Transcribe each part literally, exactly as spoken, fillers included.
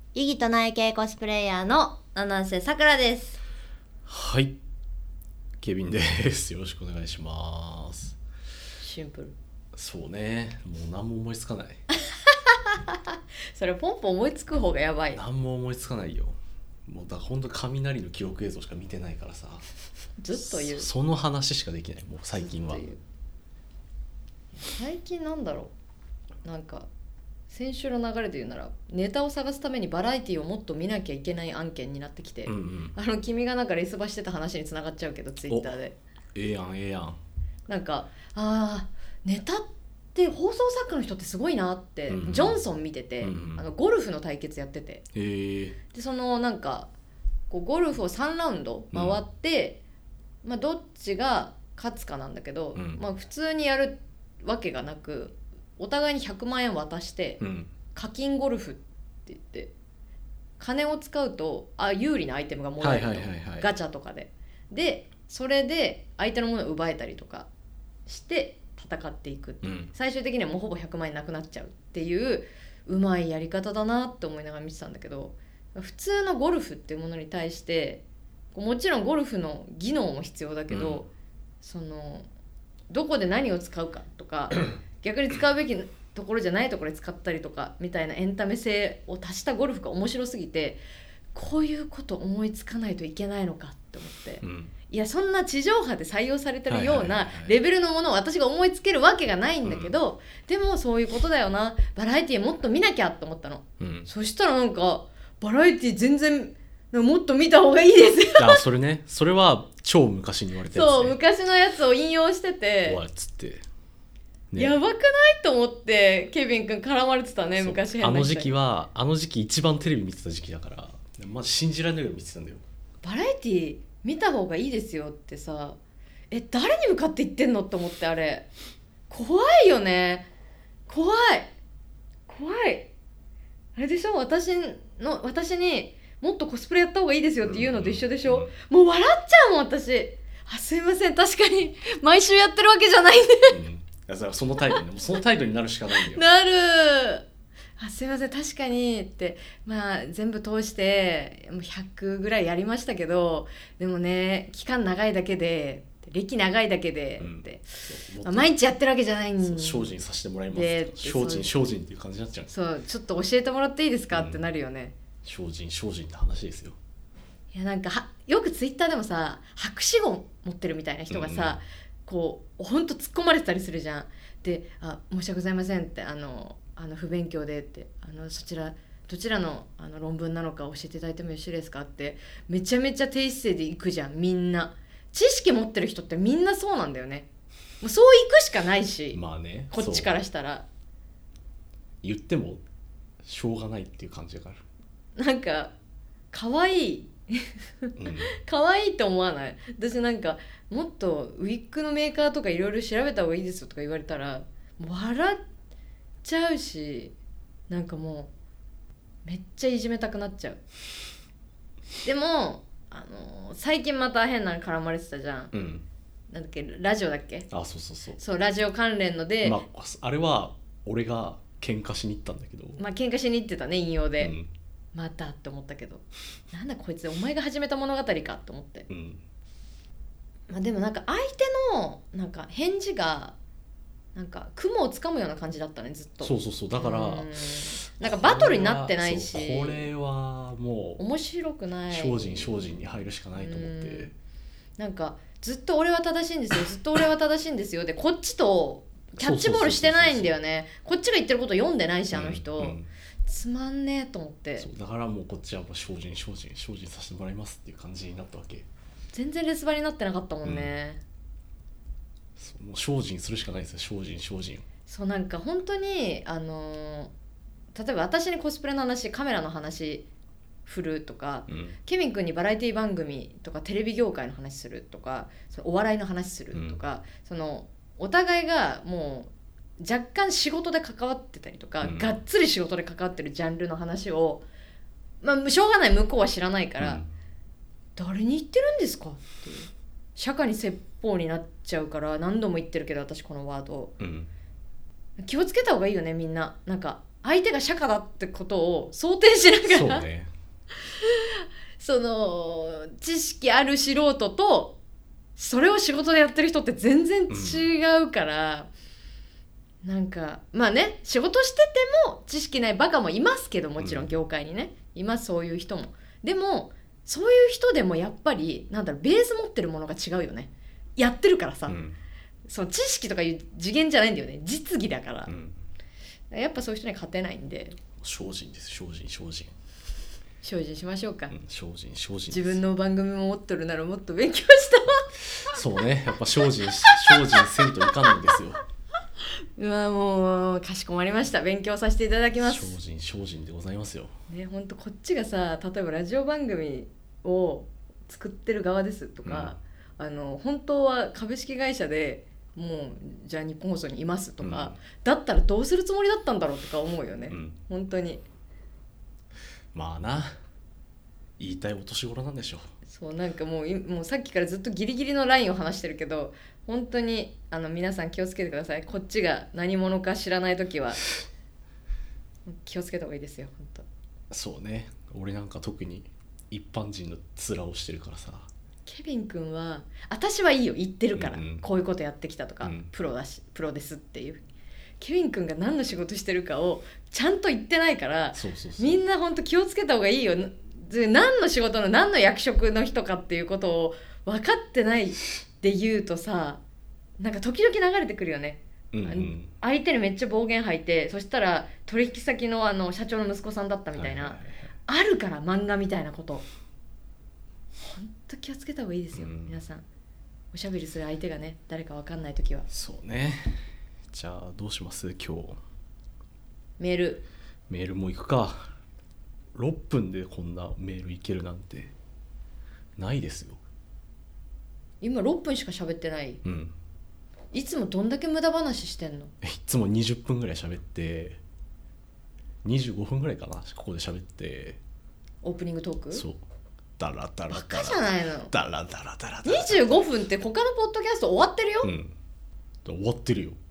イギと内系コスプレイヤーの七瀬さくらです。 はい、ケビンです。よろしくお願いします。 シンプル。 そうね、もう何も思いつかない。 それポンポン思いつく方がやばい。 何も思いつかないよ。もうだから本当雷の記録映像しか見てないからさ。 ずっと言う。 そ, その話しかできない。もう最近は。 最近なんだろう。なんか先週の流れで言うならネタを探すためにバラエティをもっと見なきゃいけない案件になってきて、 うんうん、 あの君がなんかレスバしてた話に繋がっちゃうけどツイッターでええやんええやん。 なんかあーネタって放送作家の人ってすごいなって、うんうん、ジョンソン見てて、うんうん、あのゴルフの対決やってて、 えー、 でそのなんかこうゴルフをさんラウンド回って、うんまあ、どっちが勝つかなんだけど、うんまあ、普通にやるわけがなくお互いにひゃくまんえん渡して、うん、課金ゴルフって言って金を使うとあ有利なアイテムがもらえると、はいはいはいはい、ガチャとかででそれで相手のものを奪えたりとかして戦っていく、うん、最終的にはもうほぼひゃくまんえんなくなっちゃうっていううまいやり方だなって思いながら見てたんだけど、普通のゴルフっていうものに対してもちろんゴルフの技能も必要だけど、うん、そのどこで何を使うかとか逆に使うべきところじゃないところで使ったりとかみたいなエンタメ性を足したゴルフが面白すぎて、こういうこと思いつかないといけないのかって思って、うん、いやそんな地上波で採用されてるようなレベルのものを私が思いつけるわけがないんだけど、うん、でもそういうことだよな、バラエティもっと見なきゃって思ったの、うん、そしたらなんかバラエティ全然もっと見た方がいいですよ。いやそれね、それは超昔に言われてるんですね。 そう昔のやつを引用してて、 おいっつって、 ね、やばくないと思ってケビン君絡まれてたね昔変な人。 あの時期はあの時期一番テレビ見てた時期だからマジ信じられないぐらい見てたんだよ。 バラエティ見た方がいいですよってさ、え誰に向かって言ってんのって思って、あれ怖いよね、怖い怖い。あれでしょ、私の私にもっとコスプレやった方がいいですよって言うのと一緒でしょ、うんうん、もう笑っちゃうもん私。あすいません確かに毎週やってるわけじゃないんで、 うん、その態度にその態度になるしかないんだよ。 なる。あすいません確かにって、まあ全部通してもうひゃくぐらいやりましたけど、でもね期間長いだけで歴長いだけでって、うんまあ、毎日やってるわけじゃないんで精進させてもらいます。精進精進っていう感じになっちゃう。 そうちょっと教えてもらっていいですか、うん、ってなるよね。 精進精進って話ですよ。 いやなんかはよくツイッターでもさ博士号持ってるみたいな人がさ、うん、こうほんと突っ込まれてたりするじゃん。であ申し訳ございませんってあのあの不勉強でってあのそちらどちら の, あの論文なのか教えていただいてもよろしいですかってめちゃめちゃ低姿勢でいくじゃん。みんな知識持ってる人ってみんなそうなんだよね。もうそういくしかないし、 まあね、 こっちからしたら言ってもしょうがないっていう感じだから、 なんか可愛い可愛いって思わない？私なんかもっとウィッグのメーカーとかいろいろ調べた方がいいですよとか言われたら笑っちゃうし、なんかもうめっちゃいじめたくなっちゃう。でもあの最近また変なの絡まれてたじゃん、うん、なんだっけラジオだっけ。 あそうそうそうそうラジオ関連ので、 まあ、あれは俺が喧嘩しに行ったんだけど、 まあ喧嘩しに行ってたね引用で、うん、またって思ったけどなんだこいつお前が始めた物語かって思って、うんまあ、でもなんか相手のなんか返事がなんか雲をつかむような感じだったねずっと。 そうそうそうだからなんかバトルになってないし、 これはもう面白くない。 精進精進に入るしかないと思って、 なんかずっと俺は正しいんですよずっと俺は正しいんですよでこっちとキャッチボールしてないんだよね。こっちが言ってること読んでないしあの人、うんうん、つまんねえと思って。 そうだからもうこっちはもう精進精進精進させてもらいますっていう感じになったわけ。 全然レスバリになってなかったもんね、 うん、もう精進するしかないですよ精進精進。 そうなんか本当にあのー、例えば私にコスプレの話カメラの話振るとか、うん、ケビン君にバラエティ番組とかテレビ業界の話するとかそのお笑いの話するとか、うん、そのお互いがもう若干仕事で関わってたりとか、うん、がっつり仕事で関わってるジャンルの話を、まあ、しょうがない向こうは知らないから、うん、誰に言ってるんですかっていう釈迦に説法になっちゃうから何度も言ってるけど私このワード、うん、気をつけた方がいいよねみんな。なんか相手が釈迦だってことを想定しながらそうねその知識ある素人とそれを仕事でやってる人って全然違うから、うん、なんかまあね仕事してても知識ないバカもいますけどもちろん業界にね、うん、いますそういう人も。でもそういう人でもやっぱりなんだろうベース持ってるものが違うよね。やってるからさ、うん、その知識とかいう次元じゃないんだよね。実技だから、うん、やっぱそういう人には勝てないんで精進です精進精進精進しましょうか、うん、 精進精進自分の番組も持っとるならもっと勉強したわそうねやっぱ精進精進せんといかないんですようわもうかしこまりました勉強させていただきます。 精進精進でございますよね。 ほんとこっちがさ例えばラジオ番組を作ってる側ですとか、うん、あの本当は株式会社でもうじゃあ日本放送にいますとか、うん、だったらどうするつもりだったんだろうとか思うよね、うん、本当にまあな言いたいお年頃なんでしょう。 そうなんかもう、もうさっきからずっとギリギリのラインを話してるけど本当にあの皆さん気をつけてください。こっちが何者か知らないときは気をつけた方がいいですよ本当。 そうね俺なんか特に一般人の面をしてるからさ。 ケビン君は私はいいよ言ってるから、うんうん、こういうことやってきたとか、うん、プロだしプロですっていう。ケビン君が何の仕事してるかをちゃんと言ってないからそうそうそうみんな本当気をつけた方がいいよ。何の仕事の何の役職の人かっていうことを分かってないって言うとさなんか時々流れてくるよね、うんうん、相手にめっちゃ暴言吐いてそしたら取引先 の, あの社長の息子さんだったみたいな、はいはいはい、あるから漫画みたいなこと本当気をつけた方がいいですよ、うん、皆さんおしゃべりする相手がね誰か分かんないときは。 そうねじゃあどうします今日メールメールも行くか。ろっぷんでこんなメールいけるなんてないですよ。 今ろっぷんしか喋ってない、うん、いつもどんだけ無駄話してんの。 いつもにじゅっぷんぐらい喋ってにじゅうごふんぐらいかなここで喋ってオープニングトークそうダラダラダラバカじゃないの。 ダラダラダラにじゅうごふんって他のポッドキャスト終わってるよ、うん、 終わってるよ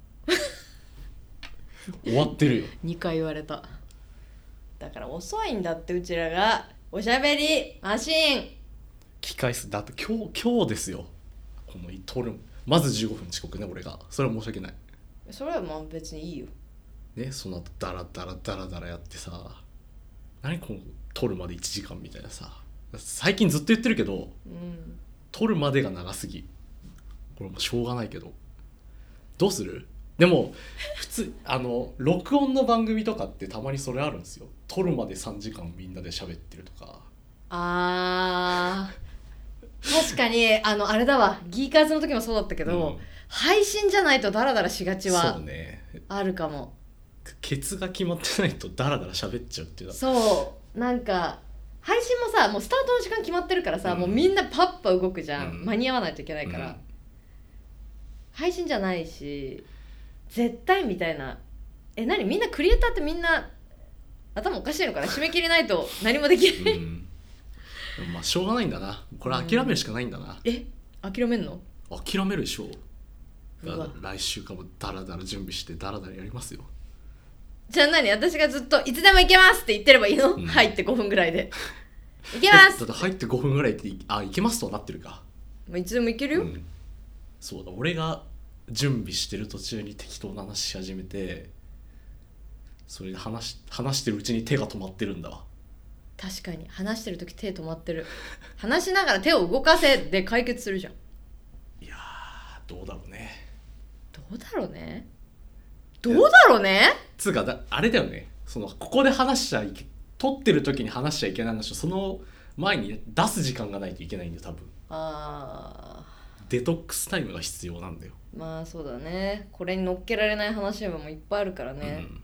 終わってるよにかい言われた。だから遅いんだってうちらがおしゃべりマシーン機械数だって今日今日ですよこの撮るまずじゅうごふん遅刻ね俺がそれは申し訳ない。 それはまあ別にいいよね。その後ダラダラダラダラやってさ何この撮るまでいちじかんみたいなさ最近ずっと言ってるけど、うん、撮るまでが長すぎこれもしょうがないけどどうする。でも普通あの録音の番組とかってたまにそれあるんですよ。撮るまでさんじかんみんなで喋ってるとか。 あー確かにあのあれだわギーカーズの時もそうだったけど、うん、配信じゃないとダラダラしがちはそうねあるかも。 ケツが決まってないとダラダラ喋っちゃうっていう。 そうなんか配信もさもうスタートの時間決まってるからさ、うん、もうみんなパッパ動くじゃん、うん、間に合わないといけないから、うん、配信じゃないし絶対みたいな。え何みんなクリエイターってみんな頭おかしいのかな。締め切りないと何もできない、うん、 まあしょうがないんだなこれ諦めるしかないんだな、うん、 え諦めんの。 諦めるでしょ。来週からもダラダラ準備してダラダラやりますよ。 じゃあ何私がずっといつでも行けますって言ってればいいの、うん、入ってごふんぐらいで行けますだって入ってごふんぐらいってあ行けますとはなってるか、 まあ、いつでも行けるよ、うん、 そうだ俺が準備してる途中に適当な話し始めてそれで話し、話してるうちに手が止まってるんだわ。 確かに話してる時手止まってる話しながら手を動かせで解決するじゃん。 いやーどうだろうねどうだろうねどうだろうねつうかだあれだよねそのここで話しちゃいけ撮ってる時に話しちゃいけない話をその前に出す時間がないといけないんだよ多分。あデトックスタイムが必要なんだよ。 まあそうだねこれに乗っけられない話もいっぱいあるからね、うん、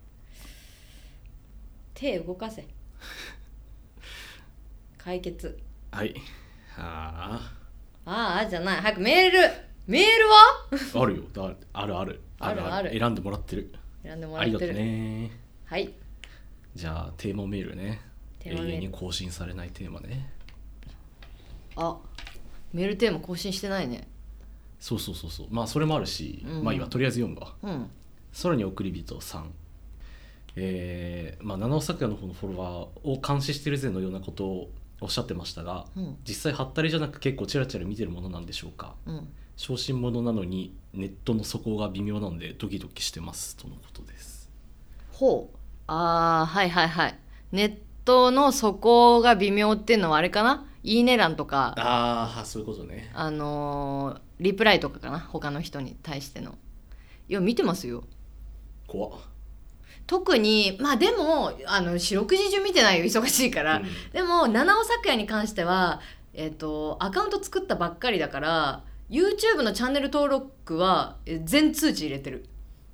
手動かせ解決。 はいああああじゃない早くメールメールはあるよだあるあるあるある選んでもらってる選んでもらってるありがとうね。 はいじゃあテーマメールね永遠に更新されないテーマね。 あメールテーマ更新してないね。 そうそうそうそうまあそれもあるし、うん、まあいいわとりあえず読むわ、うん、空に送り人さんえーまあ、七尾咲也の方のフォロワーを監視してるぜのようなことをおっしゃってましたが、うん、実際ハッタリじゃなく結構チラチラ見てるものなんでしょうか、うん、小心者なのにネットの底が微妙なのでドキドキしてますとのことです。 ほう、あーはいはいはい。ネットの底が微妙っていうのはあれかな、いいね欄とか、 ああそういうことね、 あのー、リプライとかかな、他の人に対しての。いや見てますよ。 怖っ。 特にまあでもあの四六時中見てないよ、忙しいから、うん、でも七尾咲也に関しては、えーと、アカウント作ったばっかりだから YouTube のチャンネル登録は全通知入れてる。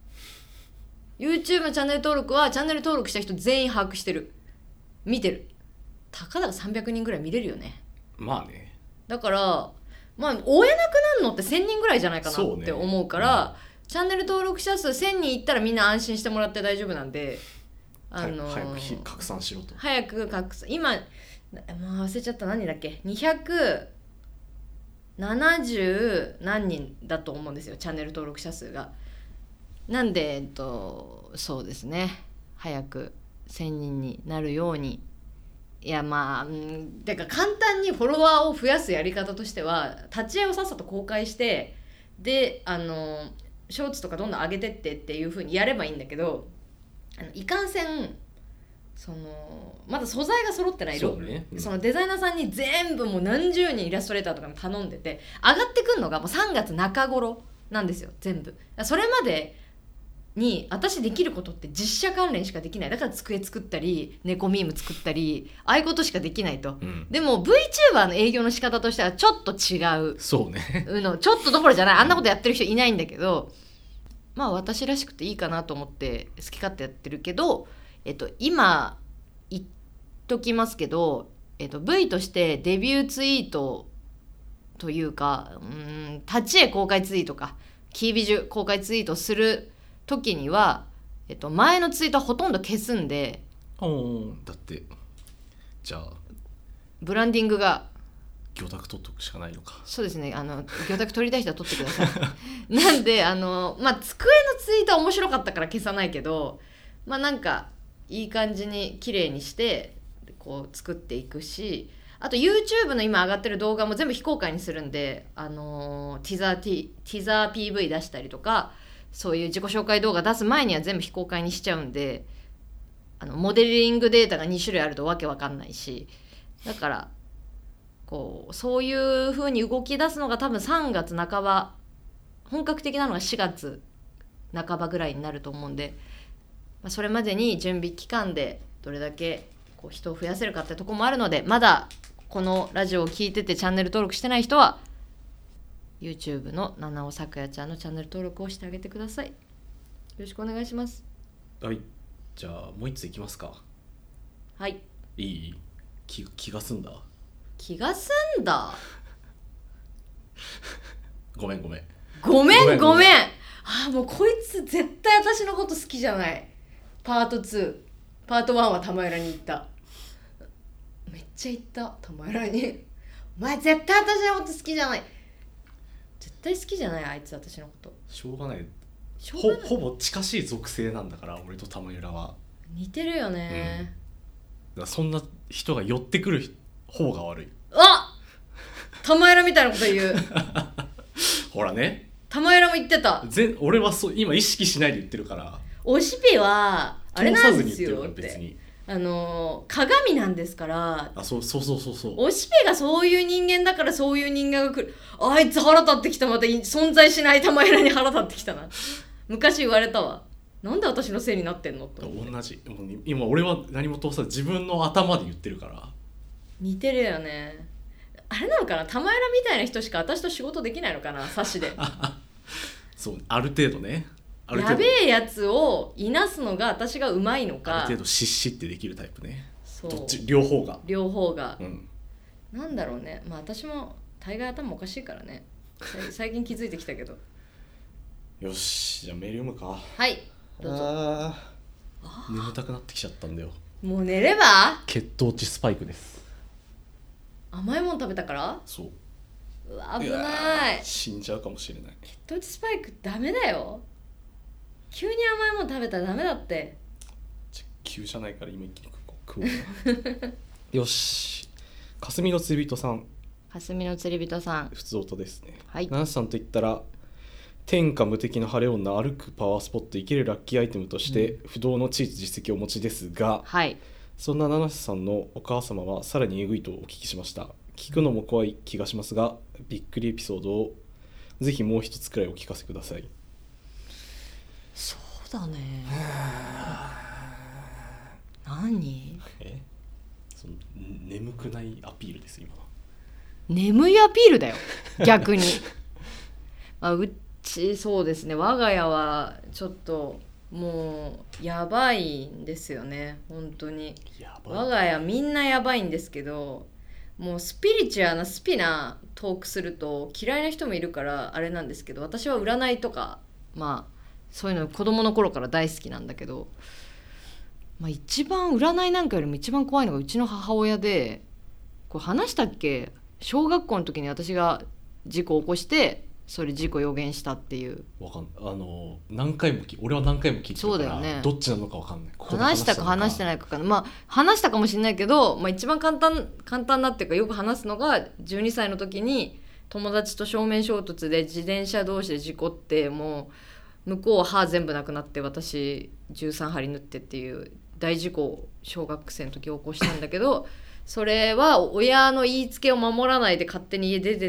YouTube のチャンネル登録はチャンネル登録した人全員把握してる、見てる。たかだかさんびゃくにんぐらい見れるよね。 まあね、 だからまあ追えなくなるのってせんにんぐらいじゃないかなって思うから、チャンネル登録者数せんにんいったらみんな安心してもらって大丈夫なんで、 あのー、早く拡散しろと。 早く拡散。今、まあ、忘れちゃった、何だっけ、にひゃくななじゅう何人だと思うんですよ、チャンネル登録者数が。なんで、えっと、そうですね、早くせんにんになるように。いやまあ、んてか簡単にフォロワーを増やすやり方としては、立ち絵をさっさと公開して、で、あのーショーツとかどんどん上げてってっていう風にやればいいんだけど、あのいかんせんそのまだ素材が揃ってない色、 そうね、うん、 そのデザイナーさんに全部もう何十人イラストレーターとかも頼んでて、上がってくるのがもうさんがつなか頃なんですよ全部。それまでに私できることって実写関連しかできない。だから机作ったり猫ミーム作ったりああいうことしかできないと、うん、でも VTuber の営業の仕方としてはちょっと違う。 そうねのちょっとどころじゃない、あんなことやってる人いないんだけど、まあ私らしくていいかなと思って好き勝手やってるけど、えっと今言っときますけど、えっと V としてデビューツイートというか、うーん立ち絵公開ツイートかキービジュ公開ツイートする時には、えっと、前のツイートはほとんど消すんで。 おだってじゃあブランディングが魚拓取っとくしかないのか。 そうですね、あの魚拓取りたい人は取ってくださいなんであのまあ机のツイートは面白かったから消さないけど、まあなんかいい感じに綺麗にしてこう作っていくし、あと YouTube の今上がってる動画も全部非公開にするんで、あのティザー、ティ、ティザー ピーブイ 出したりとか、そういう自己紹介動画出す前には全部非公開にしちゃうんで、あのモデリングデータがに種類あるとわけわかんないし、だからこうそういう風に動き出すのが多分さんがつなかば、本格的なのがしがつなかばぐらいになると思うんで、まあ、それまでに準備期間でどれだけこう人を増やせるかってとこもあるので、まだこのラジオを聞いててチャンネル登録してない人はYouTube の七尾咲也ちゃんのチャンネル登録をしてあげてください。よろしくお願いします。 はい、じゃあもう一ついきますか。 はい。 いい 気, 気が済んだ気が済んだごめんごめんごめんごめんあ、もうこいつ絶対私のこと好きじゃない。パートツーパートワンは玉浦に行った。めっちゃ行った玉浦にお前絶対私のこと好きじゃない。絶対好きじゃない、あいつ私のこと。 しょうがない。ほ, ほぼ近しい属性なんだから、俺と玉浦は似てるよね、 うん、だからそんな人が寄ってくる方が悪い。 あ玉浦みたいなこと言うほらね、 玉浦も言ってた。 ぜ俺はそう今意識しないで言ってるから。 おしぴはあれなんですよって、あの鏡なんですから。 あ、そうそうそうそうそう。 おしぺがそういう人間だからそういう人間が来る。あいつ腹立ってきた。また存在しない玉浦に腹立ってきたな。昔言われたわ。なんで私のせいになってんのと。 同じ。今俺は何も通さず自分の頭で言ってるから。 似てるよね。あれなのかな、玉浦みたいな人しか私と仕事できないのかな、サシでそうある程度ね。 ある程度やべえやつをいなすのが私がうまいのか。 ある程度シッシってできるタイプね。 そう、 どっち両方が両方が、 うん、 なんだろうね。まあ私も大概頭おかしいからね最近気づいてきたけどよし、じゃあメール読むか。 はいどうぞ。 ああ眠たくなってきちゃったんだよ。 もう寝れば。 血糖値スパイクです。 甘いもの食べたから。 そう。 うわ危ない。 死んじゃうかもしれない。 血糖値スパイクダメだよ。急に甘いもの食べたらダメだって。 急じゃないから今一気に食おうよし、霞の釣り人さん。 霞の釣り人さん、 普通音ですね。 はい。 七瀬さんといったら天下無敵の晴れ女、歩くパワースポット、生きるラッキーアイテムとして、うん、不動の地位と実績をお持ちですが、 はい、 そんな七瀬さんのお母様はさらにえぐいとお聞きしました。聞くのも怖い気がしますが、びっくりエピソードをぜひもう一つくらいお聞かせください。 そうだね何えその眠くないアピールです今。 眠いアピールだよ逆にあうちそうですね、我が家はちょっともうやばいんですよね本当に。我が家みんなやばいんですけど、もうスピリチュアルなスピなトークすると嫌いな人もいるからあれなんですけど、私は占いとかまあそういうの子供の頃から大好きなんだけど、まあ、一番占いなんかよりも一番怖いのがうちの母親で、これ話したっけ、小学校の時に私が事故を起こしてそれ事故予言したっていう。 わかんあの何回もき俺は何回も聞いてるから、そうだよね、どっちなのかわかんない。 ここで話したか話してないかかな、まあ話したかもしれないけど、まあ、一番簡単簡単なっていうかよく話すのがじゅうにさいの時に友達と正面衝突で自転車同士で事故って、もう向こうは歯全部なくなって私じゅうさん針縫ってっていう大事故を小学生の時起こしたんだけどそれは親の言いつけを守らないで勝手に家出てって、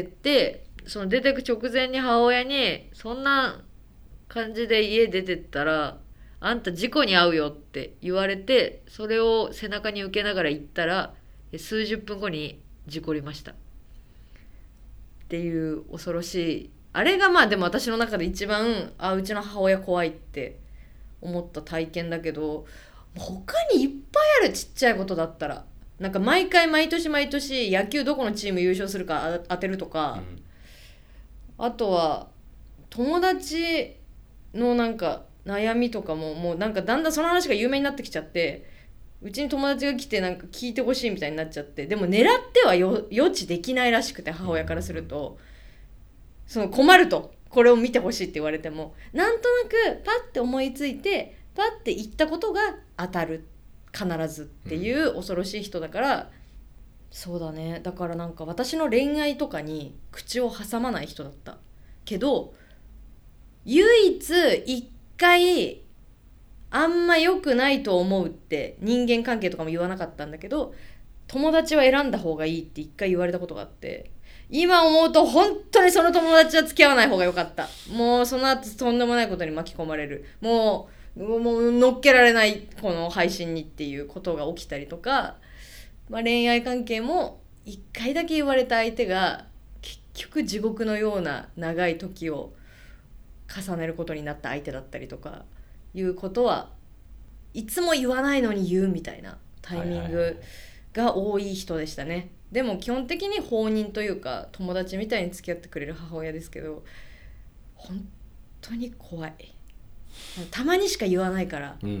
その出てく直前に母親にそんな感じで家出てったらあんた事故に遭うよって言われて、それを背中に受けながら行ったら数十分後に事故りましたっていう恐ろしい、あれがまあでも私の中で一番あうちの母親怖いって思った体験だけど、他にいっぱいある。ちっちゃいことだったらなんか毎回毎年毎年野球どこのチーム優勝するか当てるとか、うん、あとは友達のなんか悩みとかももうなんかだんだんその話が有名になってきちゃって、うちに友達が来てなんか聞いてほしいみたいになっちゃって、でも狙ってはよ予知できないらしくて、母親からするとその困ると、これを見てほしいって言われてもなんとなくパッて思いついてパッて言ったことが当たる必ずっていう恐ろしい人だから、うん、そうだね、だからなんか私の恋愛とかに口を挟まない人だったけど、唯一一回あんま良くないと思うって人間関係とかも言わなかったんだけど、友達は選んだ方がいいって一回言われたことがあって、今思うと本当にその友達は付き合わない方が良かった。もうその後とんでもないことに巻き込まれる、もうもう乗っけられないこの配信にっていうことが起きたりとか、まあ、恋愛関係も一回だけ言われた相手が結局地獄のような長い時を重ねることになった相手だったりとかいうことはいつも言わないのに言うみたいなタイミングが多い人でしたね、はいはいはい。でも基本的に放任というか友達みたいに付き合ってくれる母親ですけど、本当に怖い。たまにしか言わないから、うんうんうん、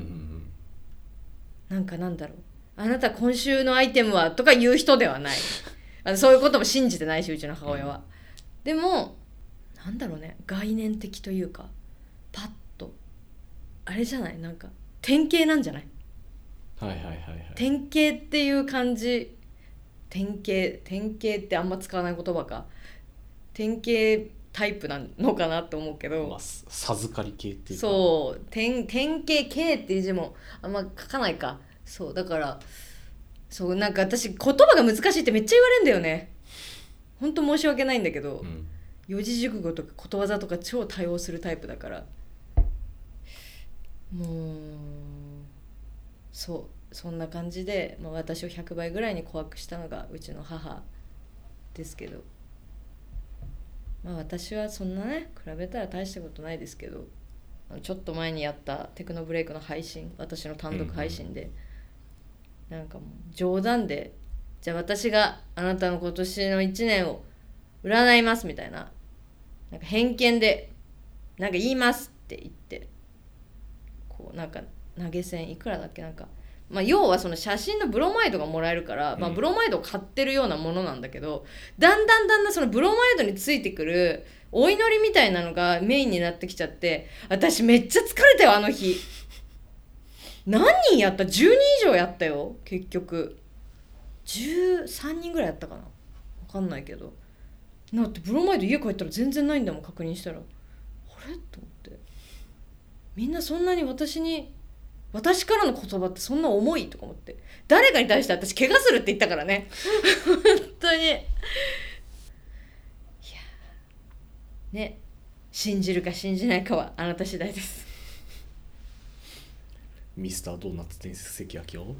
なんかなんだろう、あなた今週のアイテムはとか言う人ではないあのそういうことも信じてないしうちの母親は、うん、でもなんだろうね、概念的というかパッとあれじゃない、なんか典型なんじゃない、 はいはいはいはい、 典型っていう感じ、典型典型ってあんま使わない言葉か、典型タイプなのかなと思うけど、 まあ、授かり系っていうか、 そう典典型系っていう字もあんま書かないか、そうだからそうなんか私言葉が難しいってめっちゃ言われるんだよね、ほんと申し訳ないんだけど、うん、四字熟語とかことわざとか超多用するタイプだから、もうそうそんな感じで、まあ、私をひゃくばいぐらいに怖くしたのがうちの母ですけど、まあ、私はそんなね比べたら大したことないですけど、ちょっと前にやったテクノブレイクの配信、私の単独配信で、うんうん、なんかもう冗談でじゃあ私があなたの今年のいちねんを占いますみたいな、なんか偏見でなんか言いますって言って、こうなんか投げ銭いくらだっけ、なんかまあ、要はその写真のブロマイドがもらえるから、まあ、ブロマイドを買ってるようなものなんだけど、だんだんだんだんそのブロマイドについてくるお祈りみたいなのがメインになってきちゃって、私めっちゃ疲れたよあの日。 何人やった？じゅうにん以上やったよ結局。じゅうさんにんぐらいやったかな、分かんないけど。だってブロマイド家帰ったら全然ないんだもん。確認したらあれと思って、みんなそんなに私に私からの言葉ってそんな重いとか思って、誰かに対して私怪我するって言ったからね本当に。いやね、信じるか信じないかはあなた次第です。 ミスタードーナツ伝説関明夫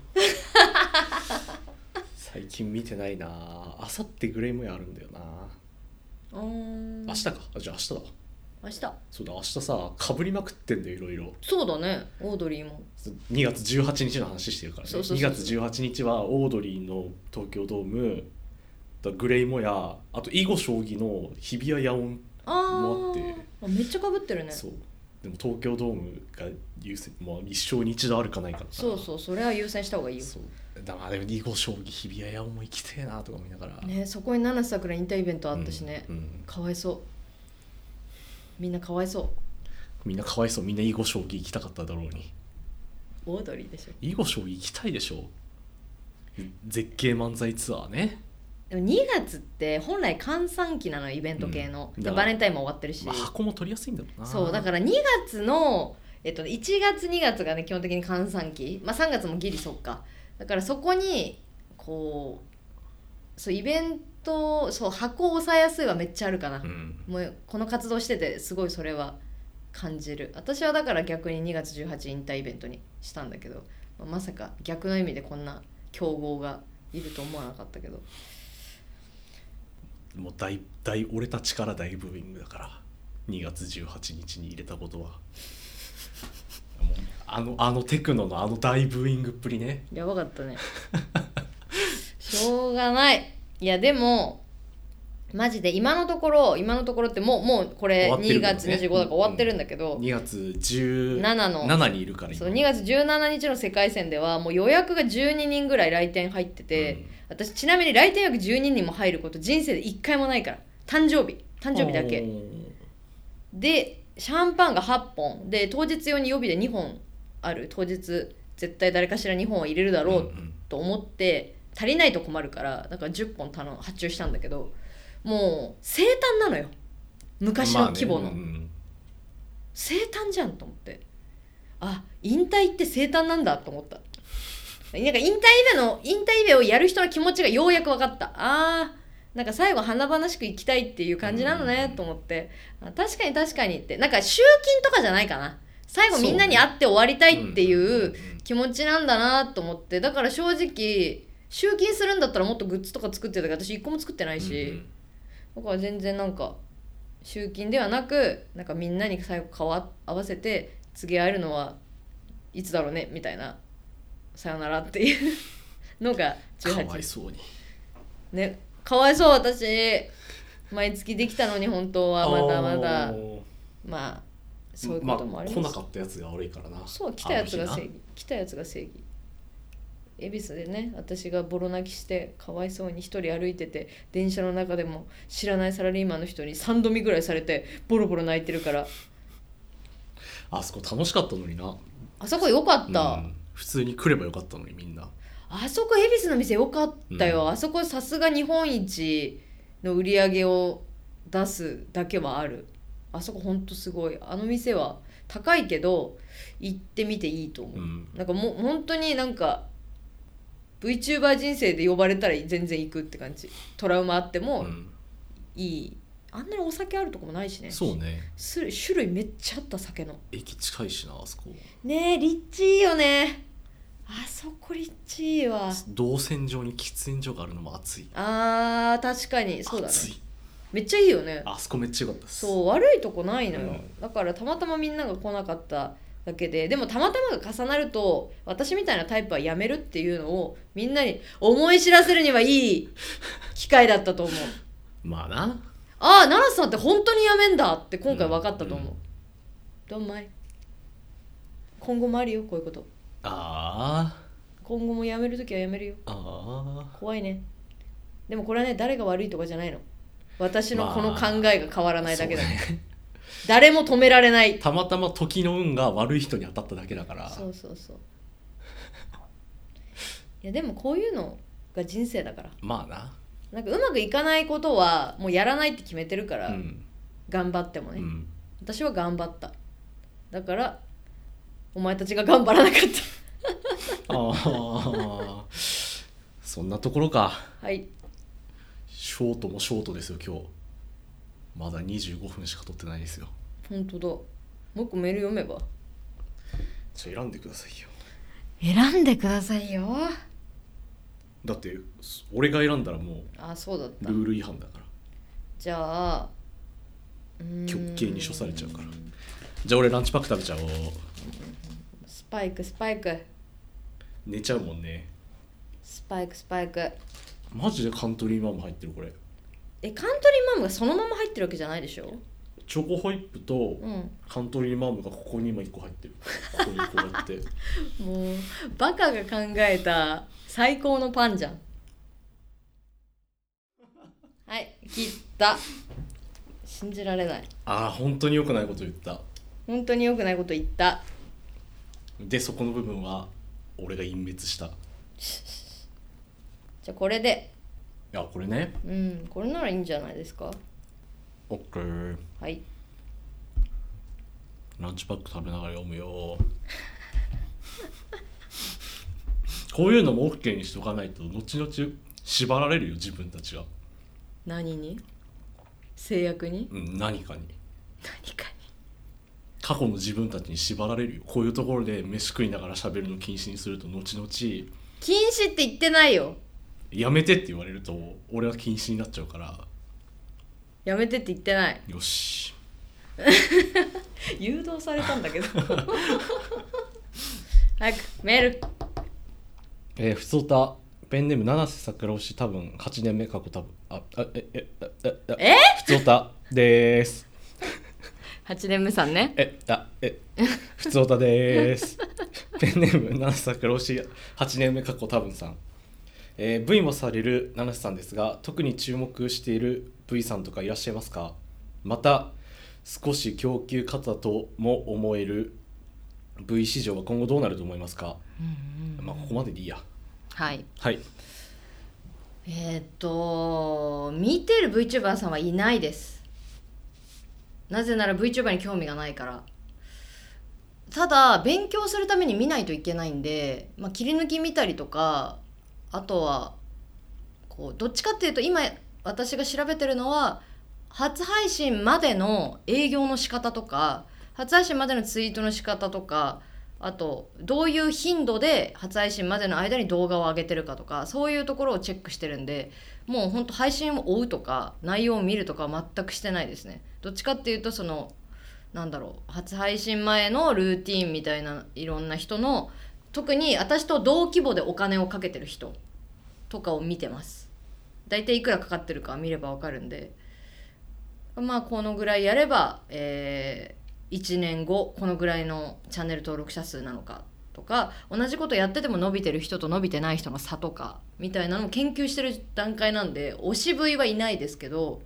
最近見てないな。あさってグレイモヤあるんだよな。明日か。あ、じゃあ明日だわ。 明日そうだ、明日さかぶりまくってんだよいろいろ。 そうだね、オードリーもにがつじゅうはちにちの話してるからね。 そうそうそうそう、 にがつじゅうはちにちはオードリーの東京ドームだ、グレイモヤ、あと囲碁将棋の日比谷野音もあって。 あ、めっちゃかぶってるね。 そうでも東京ドームが優先、まあ、一生に一度あるかないかだから。 そうそう、それは優先した方がいいよ。 そうだ、まあでも囲碁将棋日比谷野音も行きてえなとか思いながらね。そこに七瀬さくら引退イベントあったしね、 うんうん、 かわいそう、みんなかわいそう。 みんなかわいそう。みんな囲碁将棋行きたかっただろうに。 オードリーでしょ。 囲碁将棋行きたいでしょ。絶景漫才ツアーね。 でもにがつって本来閑散期なの、イベント系の、うん、でバレンタインも終わってるし、 まあ、箱も取りやすいんだろうな。 そうだからにがつの、えっと、いちがつにがつがね基本的に閑散期、まあ、さんがつもギリそっか。だからそこにこうそうイベント、そう箱を抑えやすいはめっちゃあるかな、うん、もうこの活動しててすごいそれは感じる。私はだから逆ににがつじゅうはちにち引退イベントにしたんだけど、まあ、まさか逆の意味でこんな競合がいると思わなかったけど、 もう大大俺たちから大ブーイングだから、にがつじゅうはちにちに入れたことはもうあのあのテクノのあの大ブーイングっぷりね、 やばかったねしょうがない。いやでもマジで今のところ今のところってもうもうこれにがつにじゅうごだから終わってるんだけど、 うん、にがつじゅうななのにいるから今。 そうにがつじゅうしちにちの世界戦ではもう予約がじゅうににんぐらい来店入ってて、うん、私ちなみに来店予約じゅうににんも入ること人生でいっかいもないから。誕生日誕生日だけでシャンパンがはっぽんで、当日用に予備でにほんある。当日絶対誰かしらにほんは入れるだろうと思って、足りないと困るからだからじゅっぽん頼発注したんだけど、もう生誕なのよ昔の規模の、まあね、うん、生誕じゃんと思って、あ引退って生誕なんだと思った。なんか引退イベの引退イベをやる人の気持ちがようやく分かった。あーなんか最後華々しく生きたいっていう感じなのねと思って、あ確かに確かにって、なんか集金とかじゃないかな、最後みんなに会って終わりたいっていう気持ちなんだなと思って、だから正直集金するんだったらもっとグッズとか作ってたけど私いっこも作ってないし、だから全然なんか集金ではなく、なんかみんなに最後顔合わせて次会えるのはいつだろうねみたいな、さよならっていうのがじゅうはち。 かわいそうにね、かわいそう私毎月できたのに本当はまだまだまあそういうこともあります、 まあ、来なかったやつが悪いからな。 そう来たやつが正義来たやつが正義。恵比寿でね私がボロ泣きしてかわいそうに一人歩いてて、電車の中でも知らないサラリーマンの人にさんど見ぐらいされてボロボロ泣いてるから。 あそこ楽しかったのにな。 あそこよかった、うん、 普通に来ればよかったのにみんな。 あそこ恵比寿の店よかったよ、うん、あそこさすが日本一の売り上げを出すだけはある。あそこほんとすごい。あの店は高いけど行ってみていいと思う、うん、なんかもう本当になんか VTuber 人生で呼ばれたら全然行くって感じ。トラウマあってもいい、うん、あんなにお酒あるとこもないしね。 そうね、 種類めっちゃあった酒の。 駅近いしなあそこねえ、立地いいよねあそこ。立地いいわ。 動線上に喫煙所があるのも熱い。 あー確かにそうだね、 熱い。 めっちゃいいよねあそこめっちゃ良かったです。 そう悪いとこないのよ、 うん、 だからたまたまみんなが来なかっただけで、でもたまたまが重なると私みたいなタイプはやめるっていうのをみんなに思い知らせるにはいい機会だったと思うまあなああ、奈良さんって本当にやめんだって今回分かったと思う、うんうん、どんまい今後もあるよこういうこと。 ああ今後もやめるときはやめるよ。 ああ怖いね。でもこれはね誰が悪いとかじゃないの、私のこの考えが変わらないだけだ、ね、まあ、誰も止められない。 たまたま時の運が悪い人に当たっただけだから。 そうそうそう。 やでもこういうのが人生だから。 まあな。 なんかうまくいかないことはもうやらないって決めてるから、うん、頑張ってもね、うん、私は頑張った。だからお前たちが頑張らなかったああそんなところか。 はい。 ショートもショートですよ今日。まだにじゅうごふんしか撮ってないですよ。 ほんとだ。もう一個メール読めば。 じゃあ選んでくださいよ。 選んでくださいよ。 だって俺が選んだらもうあ、そうだった。 ルール違反だから。 じゃあ極刑に処されちゃうから。じゃあ俺ランチパック食べちゃおう。 スパイクスパイク。 寝ちゃうもんね。 スパイクスパイク。 マジでカントリーマーム入ってるこれ。 え、カントリーマームがそのまま入ってるわけじゃないでしょ。 チョコホイップとカントリーマームがここに今いっこ入ってる。ここにこうやってもうバカが考えた最高のパンじゃん。はい、切った。信じられない。 ああ、本当に良くないこと言った。 本当に良くないこと言った。 でそこの部分は俺が隠滅した。 じゃあこれで。 いやこれね。 うん、これならいいんじゃないですか。 オッケー。 はい。 ランチパック食べながら読むよ。こういうのも OK にしとかないと後々縛られるよ自分たちが。 何に？制約に？ うん、何かに。 何かに。 過去の自分たちに縛られるよ。こういうところで飯食いながら喋るの禁止にすると後々。禁止って言ってないよ。 やめてって言われると俺は禁止になっちゃうから。 やめてって言ってない。 よし。 誘導されたんだけど。早くメール。 えー、ふつおたペンネーム七瀬桜推し多分はちねんめ過去多分ああえええええふつおたでーす。 はちねんめさんね。 えあえふつおたでーす。ペンネーム七瀬桜推しはちねんめ過去多分さん。えー、ブイ もされる七瀬さんですが特に注目している ブイ さんとかいらっしゃいますか。また少し供給過多とも思える ブイ 市場は今後どうなると思いますか。うんうんうん、まあここまででいいや。 はいはい。 えー、っと見てる VTuber さんはいないです。なぜなら VTuber に興味がないから。ただ勉強するために見ないといけないんで、まあ、切り抜き見たりとか、あとはこうどっちかっていうと今私が調べてるのは初配信までの営業の仕方とか、初配信までのツイートの仕方とか、あとどういう頻度で初配信までの間に動画を上げてるかとか、そういうところをチェックしてるんで、もうほんと配信を追うとか内容を見るとかは全くしてないですね。どっちかっていうとそのなんだろう、初配信前のルーティーンみたいないろんな人の、特に私と同規模でお金をかけてる人とかを見てます。だいたいいくらかかってるか見ればわかるんで、まあこのぐらいやれば、えー、いちねんごこのぐらいのチャンネル登録者数なのかとか、同じことやってても伸びてる人と伸びてない人の差とかみたいなのを研究してる段階なんで、推し V はいないですけど、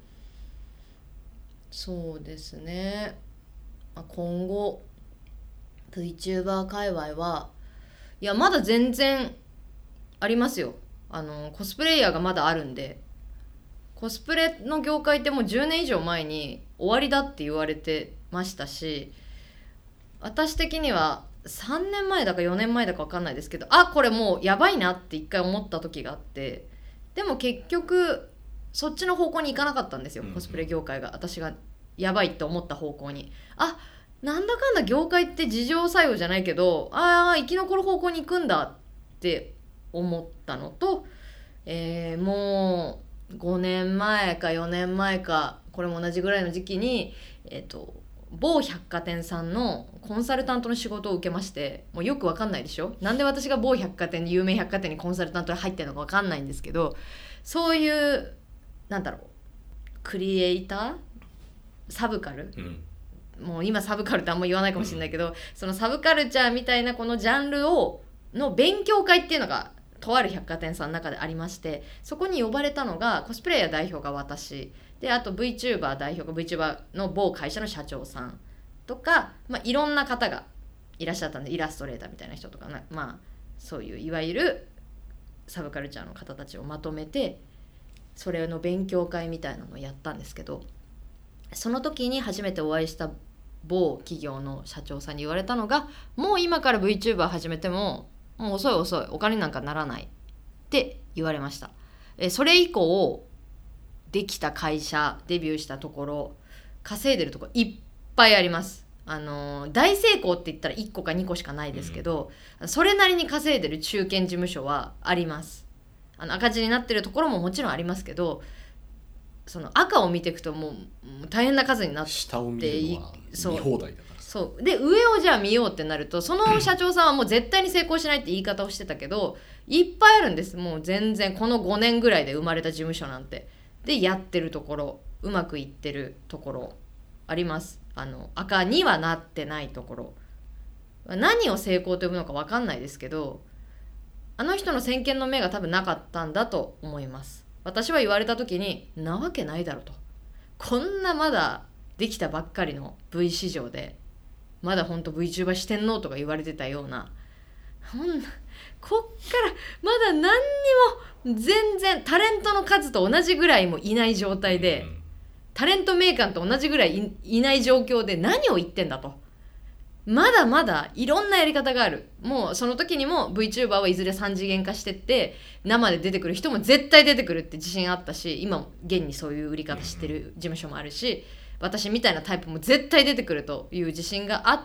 そうですね、今後 VTuber 界隈はいやまだ全然ありますよ。あのコスプレイヤーがまだあるんで、コスプレの業界ってもうじゅうねん以上前に終わりだって言われてましたし、私的にはさんねんまえだかよねんまえだか分かんないですけど、あこれもうやばいなって一回思った時があって、でも結局そっちの方向に行かなかったんですよ、コスプレ業界が。私がやばいって思った方向に、あなんだかんだ業界って自浄作用じゃないけど、ああ生き残る方向に行くんだって思ったのと、えー、もうごねんまえかよねんまえか、これも同じぐらいの時期に、えーと、某百貨店さんのコンサルタントの仕事を受けまして、もうよくわかんないでしょ、なんで私が某百貨店に有名百貨店にコンサルタントに入ってるのかわかんないんですけど、そういうなんだろう、クリエイターサブカル、うん、もう今サブカルってあんま言わないかもしれないけど、うん、そのサブカルチャーみたいなこのジャンルをの勉強会っていうのがとある百貨店さんの中でありまして、そこに呼ばれたのがコスプレイヤー代表が私で、あと VTuber 代表が VTuber の某会社の社長さんとか、まあ、いろんな方がいらっしゃったんで、イラストレーターみたいな人とかな、まあそういういわゆるサブカルチャーの方たちをまとめてそれの勉強会みたいなのをやったんですけど、その時に初めてお会いした某企業の社長さんに言われたのが、もう今から VTuber 始めてももう遅い遅い、お金なんかならないって言われました。えそれ以降できた会社、デビューしたところ、稼いでるところいっぱいあります。あの大成功って言ったらいっこかにこしかないですけど、うん、それなりに稼いでる中堅事務所はあります。あの赤字になってるところももちろんありますけど、その赤を見ていくともう大変な数になって下を見るのは見放題だから。 そうで上をじゃあ見ようってなると、その社長さんはもう絶対に成功しないって言い方をしてたけど、いっぱいあるんです。もう全然このごねんぐらいで生まれた事務所なんてでやってるところ、うまくいってるところあります。あの赤にはなってないところ、何を成功と呼ぶのか分かんないですけど、あの人の先見の目が多分なかったんだと思います。私は言われた時になわけないだろうと、こんなまだできたばっかりの V 市場でまだほんと VTuber してんのとか言われてたような、ほんこっからまだ何にも全然タレントの数と同じぐらいもいない状態で、うんタレント名鑑と同じぐらい い, いない状況で何を言ってんだと。まだまだいろんなやり方がある。もうその時にも VTuber はいずれさん次元化してって生で出てくる人も絶対出てくるって自信あったし、今現にそういう売り方してる事務所もあるし、私みたいなタイプも絶対出てくるという自信があって、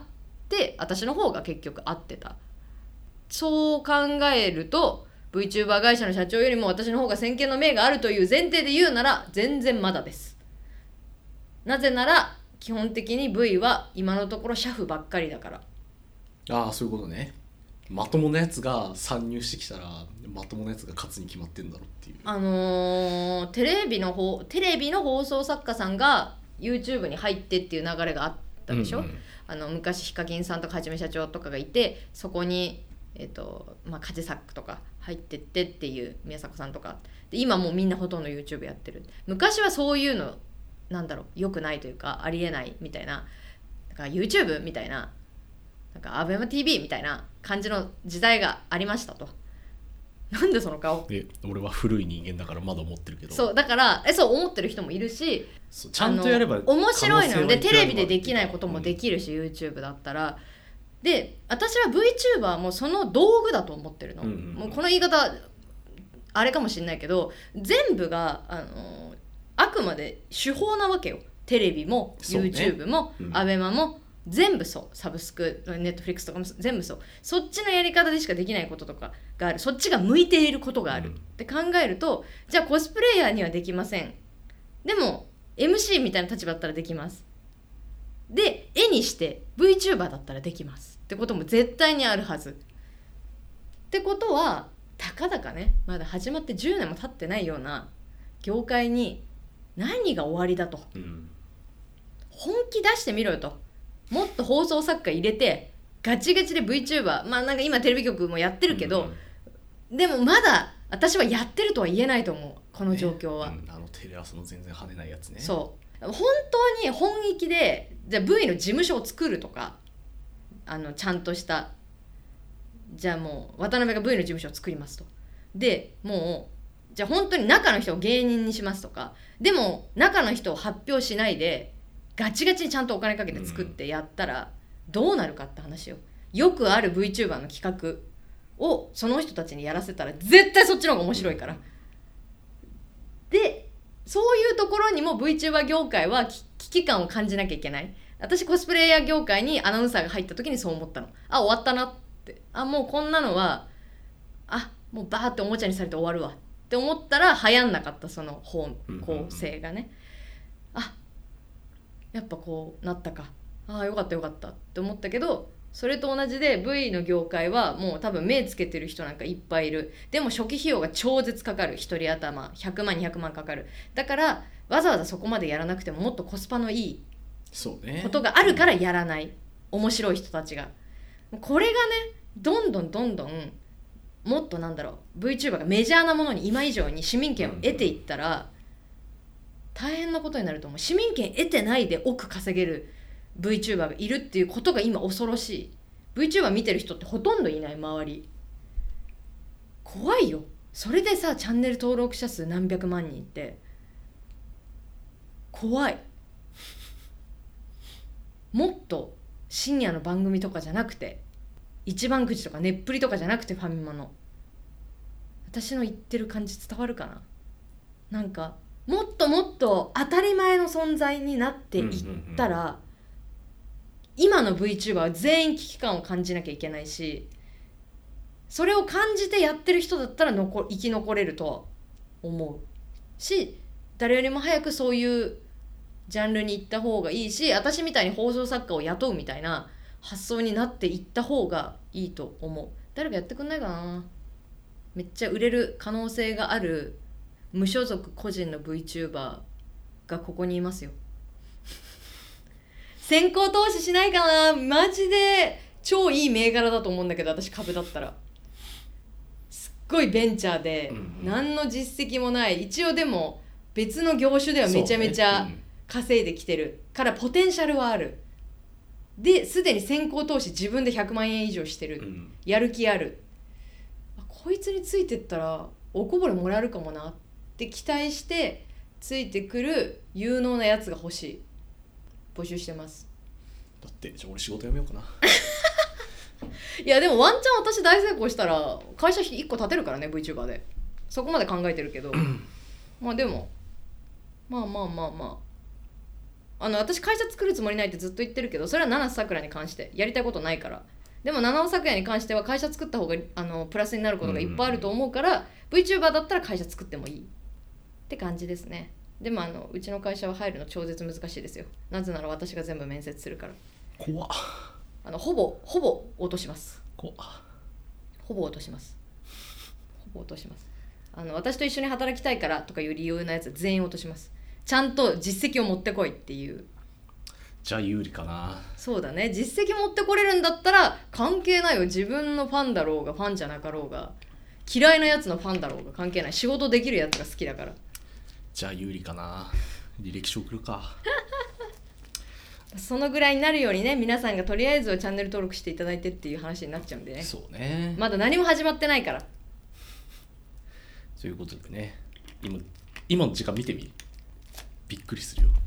私の方が結局合ってた。そう考えると VTuber 会社の社長よりも私の方が先見の明があるという前提で言うなら全然まだです。なぜなら基本的に V は今のところ社フばっかりだから。 ああそういうことね。まともなやつが参入してきたらまともなやつが勝つに決まってんだろうっていう。 あのー、テレビの方テレビの放送作家さんが YouTube に入ってっていう流れがあったでしょ、うんうん、あの昔ヒカキンさんとかはじめ社長とかがいて、そこにえっ、ー、とまあカジサックとか入ってってっていう宮迫さんとかで、今もうみんなほとんど YouTube やってる。昔はそういうのなんだろう良くないというかありえないみたいな、だから YouTube みたいな、なんか アベマ ティービー みたいな感じの時代がありましたと。なんでその顔？ え俺は古い人間だからまだ思ってるけど。 そうだからえそう思ってる人もいるし、 ちゃんとやれば面白いのでテレビでできないこともできるし、うん、YouTube だったら。で私は VTuber もその道具だと思ってるの、うんうんうん、もうこの言い方あれかもしれないけど、全部があのあくまで手法なわけよ。テレビも YouTube も、ねうん、アベマも全部そう、サブスク、ネットフリックスとかも全部そう。そっちのやり方でしかできないこととかがある。そっちが向いていることがある、うん、って考えると、じゃあコスプレイヤーにはできません。でも エムシー みたいな立場だったらできます。で絵にして VTuber だったらできますってことも絶対にあるはず。ってことはたかだかね、まだ始まってじゅうねんも経ってないような業界に何が終わりだと、うん、本気出してみろよと。もっと放送作家入れてガチガチで VTuber、まあなんか今テレビ局もやってるけど、うん、でもまだ私はやってるとは言えないと思う、この状況は、 ねうん、あのテレ朝の全然跳ねないやつね。 そう本当に本気でじゃあ V の事務所を作るとか、あのちゃんとしたじゃあもう渡辺が V の事務所を作りますと、でもうじゃあ本当に中の人を芸人にしますとか、でも中の人を発表しないでガチガチにちゃんとお金かけて作ってやったらどうなるかって話よ。よくある VTuber の企画をその人たちにやらせたら絶対そっちの方が面白いから。でそういうところにも VTuber 業界は危機感を感じなきゃいけない。私コスプレイヤー業界にアナウンサーが入った時にそう思ったの。あ終わったなって、あもうこんなのはあもうバーっておもちゃにされて終わるわって思ったら流行んなかった、その方向性がね。あやっぱこうなったか、あよかったよかったって思ったけど、それと同じで V の業界はもう多分目つけてる人なんかいっぱいいる。でも初期費用が超絶かかる、一人頭ひゃくまんにひゃくまんかかる。だからわざわざそこまでやらなくてももっとコスパのいいことがあるからやらない、面白い人たちが。これがねどんどんどんどんもっとなんだろう VTuber がメジャーなものに今以上に市民権を得ていったら大変なことになると思う。市民権得てないで億稼げる VTuber がいるっていうことが今恐ろしい。 VTuber 見てる人ってほとんどいない、周り。怖いよそれでさチャンネル登録者数何百万人って怖い。もっと深夜の番組とかじゃなくて、一番くじとかネップリとかじゃなくてファミマの、私の言ってる感じ伝わるかな。なんかもっともっと当たり前の存在になっていったら、うんうんうん、今の VTuber は全員危機感を感じなきゃいけないし、それを感じてやってる人だったら残生き残れるとは思うし、誰よりも早くそういうジャンルに行った方がいいし、私みたいに放送作家を雇うみたいな発想になっていった方がいいと思う。誰かやってくんないかな。めっちゃ売れる可能性がある無所属個人の VTuber がここにいますよ。先行投資しないかな。マジで超いい銘柄だと思うんだけど、私株だったらすっごいベンチャーで何の実績もない、一応でも別の業種ではめちゃめちゃ稼いできてるからポテンシャルはある。ですでに先行投資自分でひゃくまんえん以上してる、やる気ある、こいつについてったらおこぼれもらえるかもなって期待してついてくる有能なやつが欲しい。募集してます。 だってじゃあ俺仕事辞めようかな。 いやでもワンチャン私大成功したら会社いっこ建てるからね VTuber で。そこまで考えてるけどまあでもまあまあまあまああの私会社作るつもりないってずっと言ってるけど、それは七瀬さくらに関してやりたいことないから。でも七尾咲也に関しては会社作った方があのプラスになることがいっぱいあると思うから、うんうん、VTuber だったら会社作ってもいいって感じですね。でもあのうちの会社は入るの超絶難しいですよ。なぜなら私が全部面接するから。 怖っ。 あのほぼほぼ落とします。 怖っ。 ほぼ落とします。ほぼ落とします。あの私と一緒に働きたいからとかいう理由のやつは全員落とします。ちゃんと実績を持ってこいっていう。 じゃあ有利かな。 そうだね、実績持ってこれるんだったら関係ないよ。自分のファンだろうがファンじゃなかろうが、嫌いなやつのファンだろうが関係ない。仕事できるやつが好きだから。 じゃあ有利かな。履歴書送るか。 そのぐらいになるようにね、皆さんがとりあえずはチャンネル登録していただいてっていう話になっちゃうんでね。 そうね、 まだ何も始まってないから。 ということでね、今今の時間見てみ、びっくりするよ。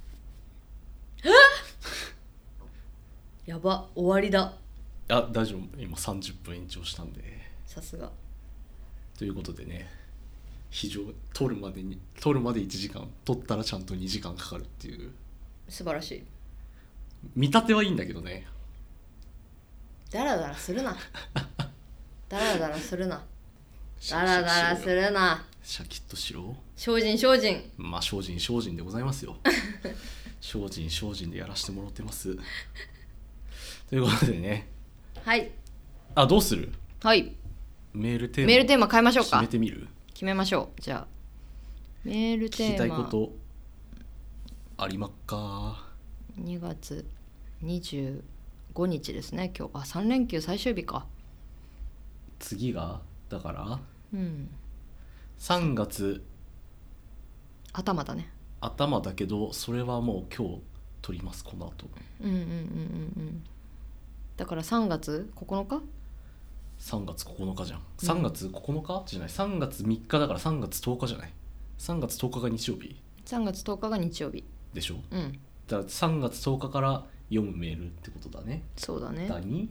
やば、終わりだ。 あ、大丈夫、今さんじゅっぷん延長したんで。 さすが。 ということでね、非常撮るまでに撮るまでいちじかん、撮ったらちゃんとにじかんかかるっていう。 素晴らしい。 見立てはいいんだけどね。 ダラダラするな。ダラダラするな。ダラダラするな。 シャキッとしろ。 精進精進。 まあ精進精進でございますよ。精進精進でやらせてもらってます。ということでね。 はい。 あ、どうする？ はい。 メールテーマ。 メールテーマ変えましょうか。 決めてみる？ 決めましょう。じゃあメールテーマ。 聞きたいことありまっか。 にがつにじゅうごにちですね今日。あ、さん連休最終日か。 次がだから、 うん、 さんがつ頭だね。 頭だけど、それはもう今日撮ります、この後。 うんうんうんうんうん。だからさんがつここのかさんがつここのかじゃん。さんがつここのかじゃない、さんがつみっかだからさんがつとおかじゃない。さんがつとおかが日曜日。 さんがつとおかが日曜日でしょ。 うん。 だからさんがつとおかから読むメールってことだね。 そうだね。 何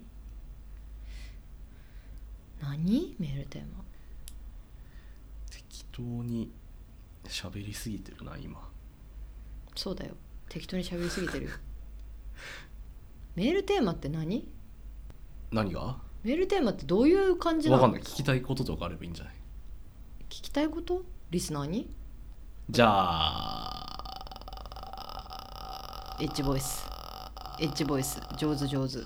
何メールテーマ。 適当に喋りすぎてるな今。 そうだよ、適当に喋りすぎてるよ。メールテーマって何？ 何が？ メールテーマってどういう感じなの？ わかんない。聞きたいこととかあればいいんじゃない？ 聞きたいこと？リスナーに？ じゃあエッジボイスエッジボイス上手上手。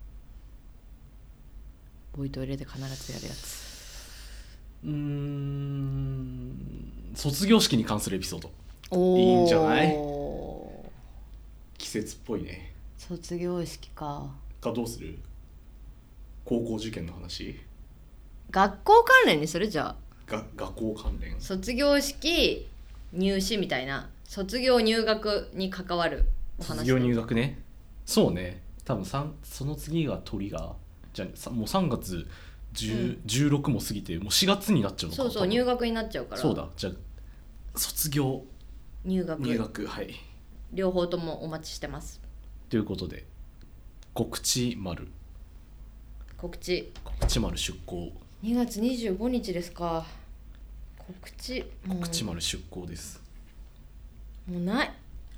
ボイト入れて必ずやるやつ。 うーん、卒業式に関するエピソード。 おー、 いいんじゃない？季節っぽいね。 卒業式か。 かどうする？高校受験の話？ 学校関連にする？じゃあが学校関連。 卒業式入試みたいな、卒業入学に関わるお話。 卒業入学ね。そうね。多分その次がトリガーじゃあ、もうさんがつじゅう、じゅうろくも過ぎてもうしがつになっちゃうのか。 そうそう、入学になっちゃうから。 そうだ、じゃあ卒業入学入学はい両方ともお待ちしてます。 ということで告知丸告知告知丸出向にがつにじゅうごにちですか。告知告知丸出向です。 もうない。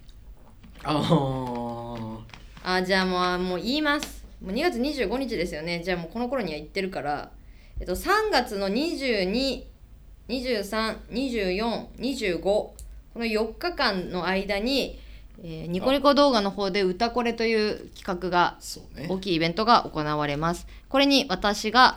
ああじゃあもう、もう言います。もうにがつにじゅうごにちですよね。じゃあもうこの頃には言ってるから、えっと、さんがつのにじゅうに、にじゅうさん、にじゅうよん、にじゅうごこのよっかかんの間に、えー、ニコニコ動画の方で歌これという企画が、ね、大きいイベントが行われます。これに私が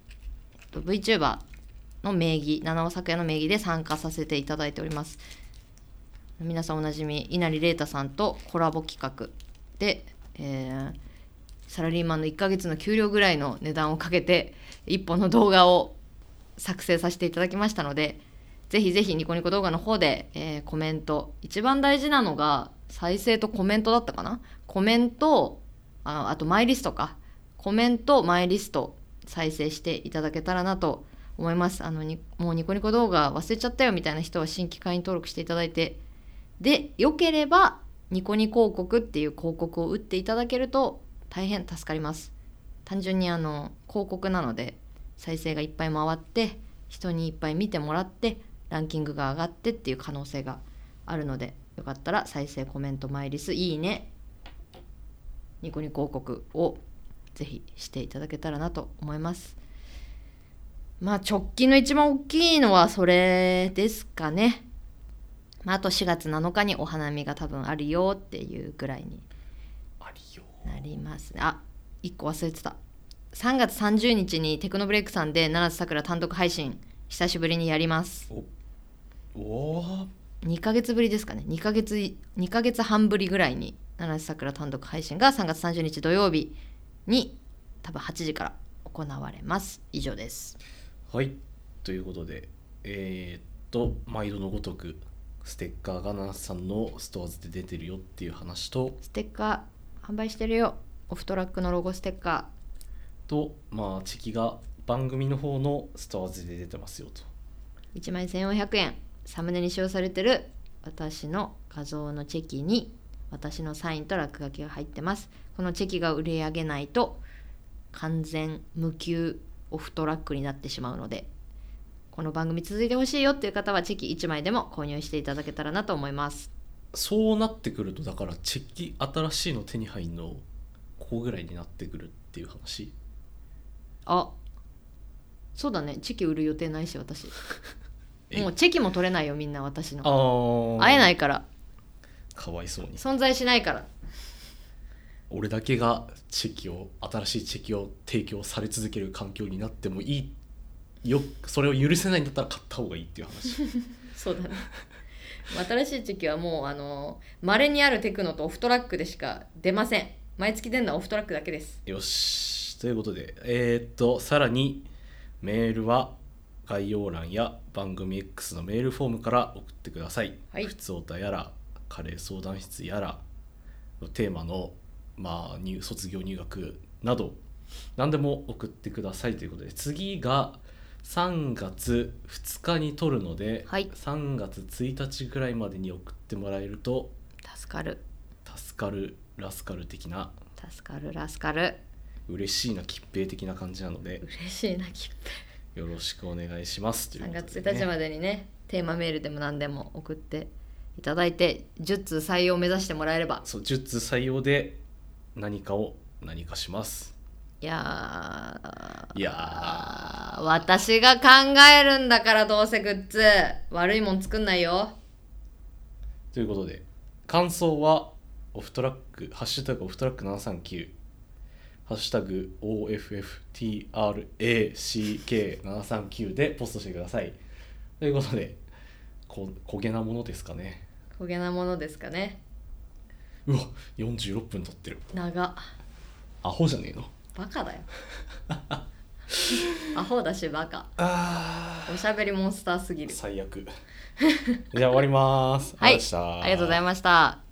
VTuber の名義、七尾咲夜の名義で参加させていただいております。皆さんおなじみ稲荷玲太さんとコラボ企画で、えー、サラリーマンのいっかげつの給料ぐらいの値段をかけていっぽんの動画を作成させていただきましたので、ぜひぜひニコニコ動画の方で、えー、コメント、一番大事なのが再生とコメントだったかな。コメント あ, あとマイリストかコメントマイリスト再生していただけたらなと思います。あのにもうニコニコ動画忘れちゃったよみたいな人は新規会員登録していただいて、でよければニコニ広告っていう広告を打っていただけると大変助かります。単純にあの広告なので再生がいっぱい回って人にいっぱい見てもらってランキングが上がってっていう可能性があるので、よかったら再生コメントマイリスいいねニコニコ広告をぜひしていただけたらなと思います。まあ直近の一番大きいのはそれですかね。まあ、あとしがつなのかにお花見が多分あるよっていうぐらいになりますね。あ、いっこ忘れてた。さんがつさんじゅうにちにテクノブレイクさんで七瀬さくら単独配信久しぶりにやります。 おおにかげつぶりですかね。2ヶ月2ヶ月半ぶりぐらいに七瀬さくら単独配信がさんがつさんじゅうにち土曜日に多分はちじから行われます。以上です。 はい、ということでえー、っと毎度のごとくステッカーが七瀬さんのストアーズで出てるよっていう話と、 ステッカー販売してるよ、オフトラックのロゴステッカーと、まあチェキが番組の方のストアーズで出てますよと。 いちまんせんよんひゃくえん、サムネに使用されてる私の画像のチェキに私のサインと落書きが入ってます。このチェキが売り上げないと完全無給オフトラックになってしまうので、この番組続いてほしいよっていう方はチェキいちまいでも購入していただけたらなと思います。 そうなってくるとだからチェキ新しいの手に入るのここぐらいになってくるっていう話。 あ、そうだね、チェキ売る予定ないし私もうチェキも取れないよみんな。私のあ会えないから、 かわいそうに存在しないから。 俺だけがチェキを新しいチェキを提供され続ける環境になってもいいよ、それを許せないんだったら買った方がいいっていう話そうだね新しいチェキはもうあの稀にあるテクノとオフトラックでしか出ません。毎月出るのはオフトラックだけです。 よし、ということでえー、っとさらにメールは概要欄や番組 X のメールフォームから送ってください。 はい、 ふつおたやらカレー相談室やらテーマの、まあ、入卒業入学など何でも送ってくださいということで、次がさんがつふつかに撮るので、 はい、 さんがつついたちぐらいまでに送ってもらえると助かる助かるラスカル的な助かるラスカル嬉しいな吉平的な感じなので嬉しいな吉平よろしくお願いしますということで、ね、 さんがつついたちまでにねテーマメールでも何でも送っていただいてじゅっつう採用を目指してもらえれば。 そうじゅっつう採用で何かを何かします。 いやーいやー私が考えるんだからどうせグッズ悪いもん作んないよということで感想はオフトラックハッシュタグオフトラックななさんきゅうハッシュタグ オーエフエフティーアールエーシーケーななさんきゅう でポストしてくださいということでこ焦げなものですかね。 焦げなものですかね。 うわよんじゅうろっぷん撮ってる。 長アホじゃねえの。 バカだよアホだしバカ。 あおしゃべりモンスターすぎる。 最悪じゃあ終わりますはい、 ありがとうございました。 ありがとうございました。